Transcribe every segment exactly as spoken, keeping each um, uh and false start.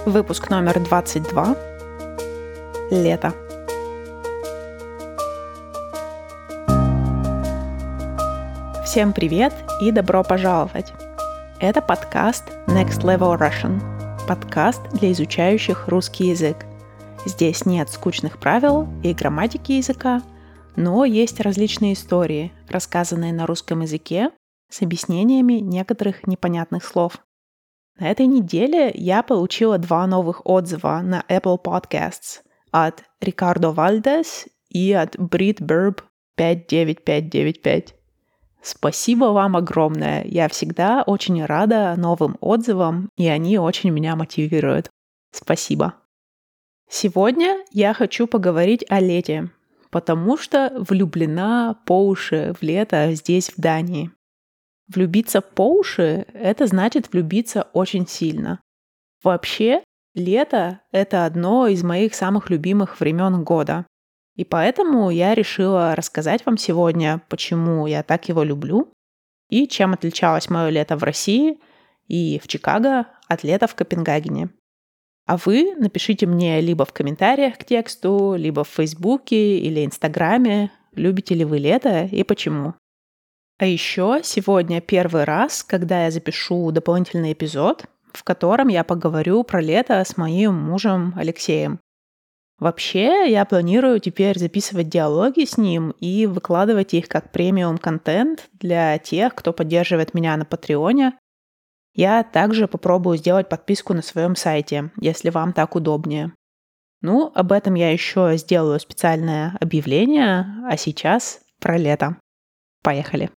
Выпуск номер двадцать два. Лето. Всем привет и добро пожаловать! Это подкаст Next Level Russian. Подкаст для изучающих русский язык. Здесь нет скучных правил и грамматики языка, но есть различные истории, рассказанные на русском языке, с объяснениями некоторых непонятных слов. На этой неделе я получила два новых отзыва на Apple Podcasts от Рикардо Вальдес и от Брит Берб пять девять пять девять пять. Спасибо вам огромное. Я всегда очень рада новым отзывам, и они очень меня мотивируют. Спасибо. Сегодня я хочу поговорить о лете, потому что влюблена по уши в лето здесь, в Дании. Влюбиться по уши — это значит влюбиться очень сильно. Вообще, лето — это одно из моих самых любимых времен года. И поэтому я решила рассказать вам сегодня, почему я так его люблю и чем отличалось мое лето в России и в Чикаго от лета в Копенгагене. А вы напишите мне либо в комментариях к тексту, либо в Фейсбуке или Инстаграме, любите ли вы лето и почему. А еще сегодня первый раз, когда я запишу дополнительный эпизод, в котором я поговорю про лето с моим мужем Алексеем. Вообще, я планирую теперь записывать диалоги с ним и выкладывать их как премиум-контент для тех, кто поддерживает меня на Патреоне. Я также попробую сделать подписку на своем сайте, если вам так удобнее. Ну, об этом я еще сделаю специальное объявление, а сейчас про лето. Поехали!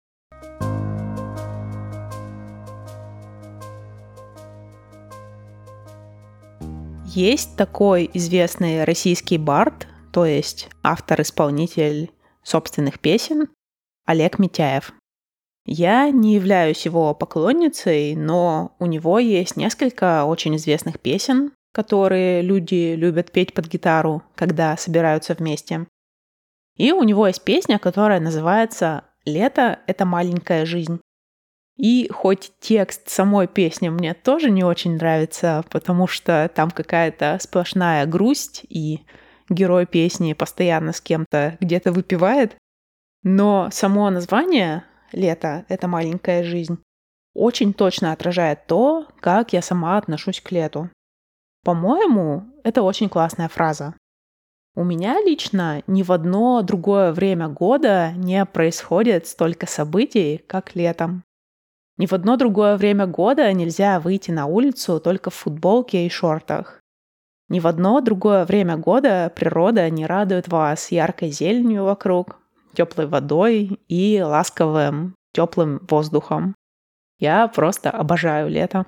Есть такой известный российский бард, то есть автор-исполнитель собственных песен, Олег Митяев. Я не являюсь его поклонницей, но у него есть несколько очень известных песен, которые люди любят петь под гитару, когда собираются вместе. И у него есть песня, которая называется «Лето — это маленькая жизнь». И хоть текст самой песни мне тоже не очень нравится, потому что там какая-то сплошная грусть, и герой песни постоянно с кем-то где-то выпивает, но само название «Лето — это маленькая жизнь» очень точно отражает то, как я сама отношусь к лету. По-моему, это очень классная фраза. У меня лично ни в одно другое время года не происходит столько событий, как летом. Ни в одно другое время года нельзя выйти на улицу только в футболке и шортах. Ни в одно другое время года природа не радует вас яркой зеленью вокруг, теплой водой и ласковым, теплым воздухом. Я просто обожаю лето.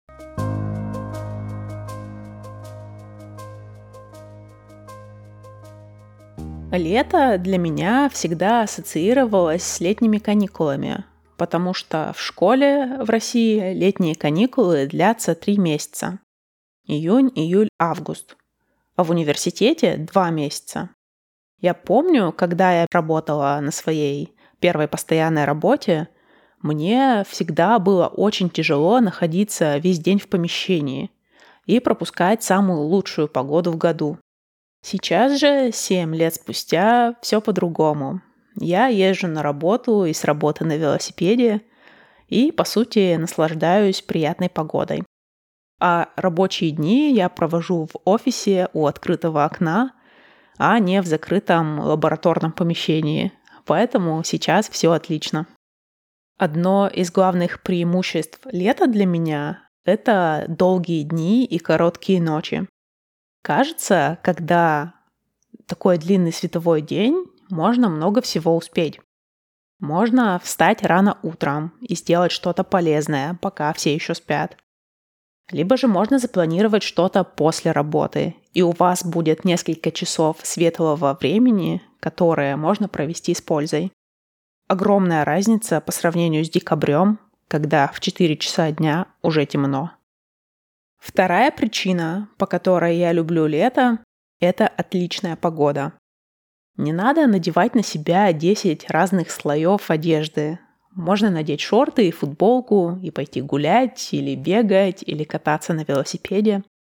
Лето для меня всегда ассоциировалось с летними каникулами, потому что в школе в России летние каникулы длятся три месяца. Июнь, июль, август. А в университете два месяца. Я помню, когда я работала на своей первой постоянной работе, мне всегда было очень тяжело находиться весь день в помещении и пропускать самую лучшую погоду в году. Сейчас же, семь лет спустя, все по-другому. Я езжу на работу и с работы на велосипеде и, по сути, наслаждаюсь приятной погодой. А рабочие дни я провожу в офисе у открытого окна, а не в закрытом лабораторном помещении. Поэтому сейчас все отлично. Одно из главных преимуществ лета для меня – это долгие дни и короткие ночи. Кажется, когда такой длинный световой день, можно много всего успеть. Можно встать рано утром и сделать что-то полезное, пока все еще спят. Либо же можно запланировать что-то после работы, и у вас будет несколько часов светлого времени, которые можно провести с пользой. Огромная разница по сравнению с декабрем, когда в четыре часа дня уже темно. Вторая причина, по которой я люблю лето, это отличная погода. Не надо надевать на себя десять разных слоев одежды. Можно надеть шорты и футболку и пойти гулять, или бегать, или кататься на велосипеде.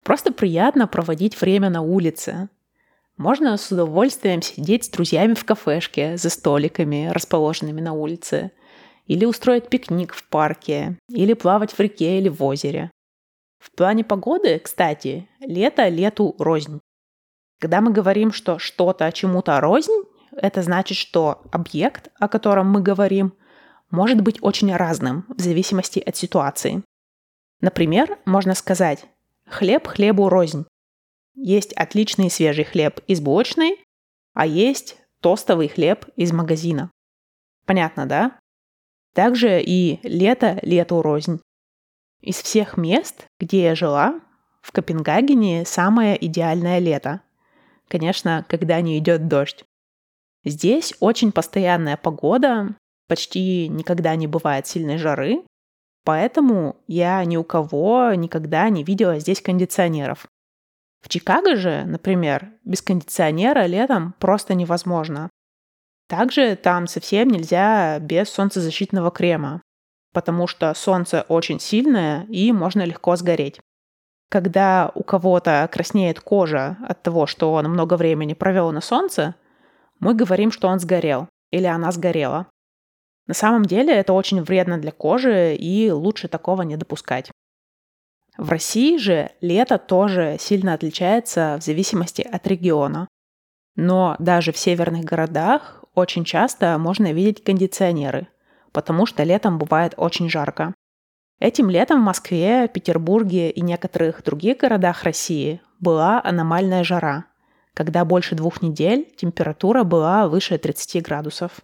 Просто приятно проводить время на улице. Можно с удовольствием сидеть с друзьями в кафешке за столиками, расположенными на улице, или устроить пикник в парке, или плавать в реке или в озере. В плане погоды, кстати, лето лету рознь. Когда мы говорим, что что-то чему-то рознь, это значит, что объект, о котором мы говорим, может быть очень разным в зависимости от ситуации. Например, можно сказать «хлеб хлебу рознь». Есть отличный свежий хлеб из булочной, а есть тостовый хлеб из магазина. Понятно, да? Также и лето лету рознь. Из всех мест, где я жила, в Копенгагене самое идеальное лето. Конечно, когда не идет дождь. Здесь очень постоянная погода, почти никогда не бывает сильной жары, поэтому я ни у кого никогда не видела здесь кондиционеров. В Чикаго же, например, без кондиционера летом просто невозможно. Также там совсем нельзя без солнцезащитного крема, потому что солнце очень сильное и можно легко сгореть. Когда у кого-то краснеет кожа от того, что он много времени провел на солнце, мы говорим, что он сгорел или она сгорела. На самом деле это очень вредно для кожи и лучше такого не допускать. В России же лето тоже сильно отличается в зависимости от региона. Но даже в северных городах очень часто можно видеть кондиционеры, потому что летом бывает очень жарко. Этим летом в Москве, Петербурге и некоторых других городах России была аномальная жара, когда больше двух недель температура была выше тридцати градусов.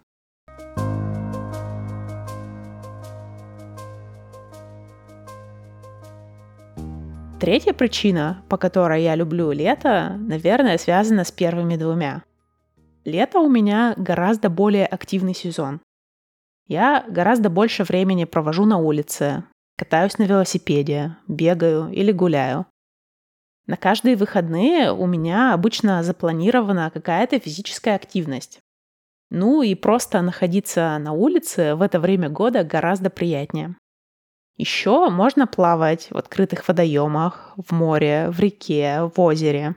Третья причина, по которой я люблю лето, наверное, связана с первыми двумя. Лето у меня гораздо более активный сезон. Я гораздо больше времени провожу на улице, катаюсь на велосипеде, бегаю или гуляю. На каждые выходные у меня обычно запланирована какая-то физическая активность. Ну и просто находиться на улице в это время года гораздо приятнее. Еще можно плавать в открытых водоемах, в море, в реке, в озере.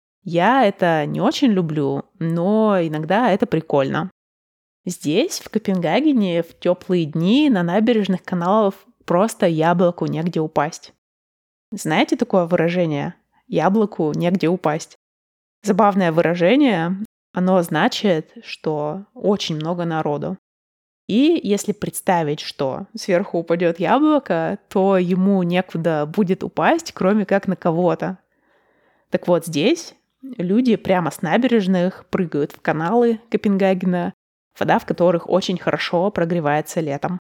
Я это не очень люблю, но иногда это прикольно. Здесь, в Копенгагене, в теплые дни на набережных каналов просто яблоку негде упасть. Знаете такое выражение? Яблоку негде упасть. Забавное выражение, оно значит, что очень много народу. И если представить, что сверху упадет яблоко, то ему некуда будет упасть, кроме как на кого-то. Так вот, здесь люди прямо с набережных прыгают в каналы Копенгагена, вода в которых очень хорошо прогревается летом.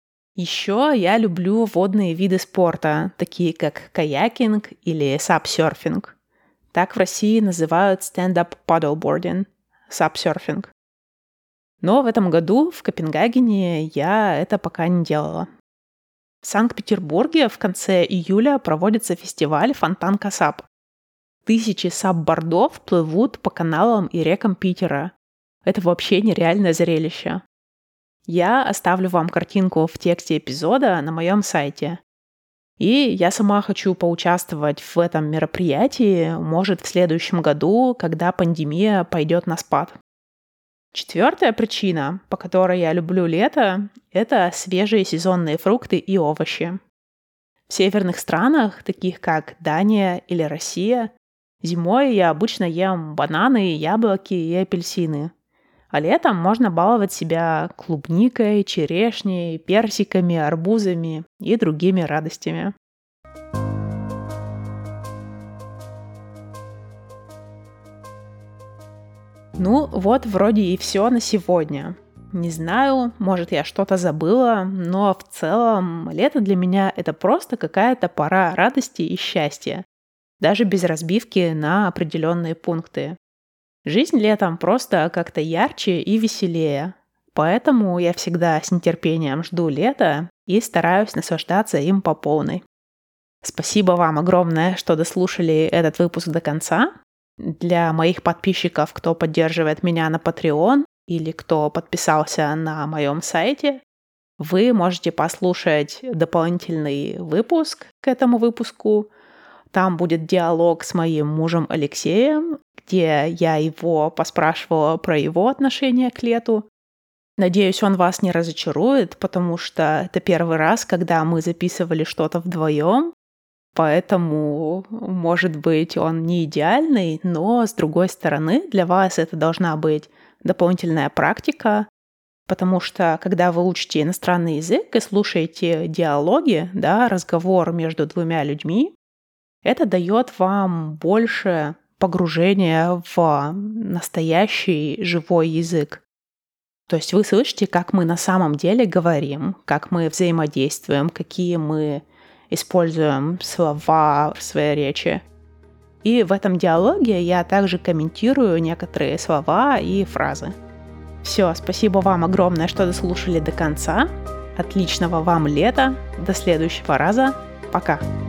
Еще я люблю водные виды спорта, такие как каякинг или сапсерфинг. Так в России называют stand-up paddleboarding, сапсерфинг. Но в этом году в Копенгагене я это пока не делала. В Санкт-Петербурге в конце июля проводится фестиваль «Фонтанка-сап». Тысячи сап-бордов плывут по каналам и рекам Питера. Это вообще нереальное зрелище. Я оставлю вам картинку в тексте эпизода на моем сайте. И я сама хочу поучаствовать в этом мероприятии, может, в следующем году, когда пандемия пойдет на спад. Четвертая причина, по которой я люблю лето, это свежие сезонные фрукты и овощи. В северных странах, таких как Дания или Россия, зимой я обычно ем бананы, яблоки и апельсины. А летом можно баловать себя клубникой, черешней, персиками, арбузами и другими радостями. Ну, вот вроде и все на сегодня. Не знаю, может, я что-то забыла, но в целом лето для меня это просто какая-то пора радости и счастья, даже без разбивки на определенные пункты. Жизнь летом просто как-то ярче и веселее, поэтому я всегда с нетерпением жду лета и стараюсь наслаждаться им по полной. Спасибо вам огромное, что дослушали этот выпуск до конца. Для моих подписчиков, кто поддерживает меня на Patreon или кто подписался на моем сайте, вы можете послушать дополнительный выпуск к этому выпуску. Там будет диалог с моим мужем Алексеем, где я его поспрашивала про его отношение к лету. Надеюсь, он вас не разочарует, потому что это первый раз, когда мы записывали что-то вдвоем, поэтому, может быть, он не идеальный, но, с другой стороны, для вас это должна быть дополнительная практика, потому что, когда вы учите иностранный язык и слушаете диалоги, да, разговор между двумя людьми, это дает вам больше погружения в настоящий живой язык. То есть вы слышите, как мы на самом деле говорим, как мы взаимодействуем, какие мы используем слова в своей речи. И в этом диалоге я также комментирую некоторые слова и фразы. Все, спасибо вам огромное, что дослушали до конца. Отличного вам лета. До следующего раза. Пока.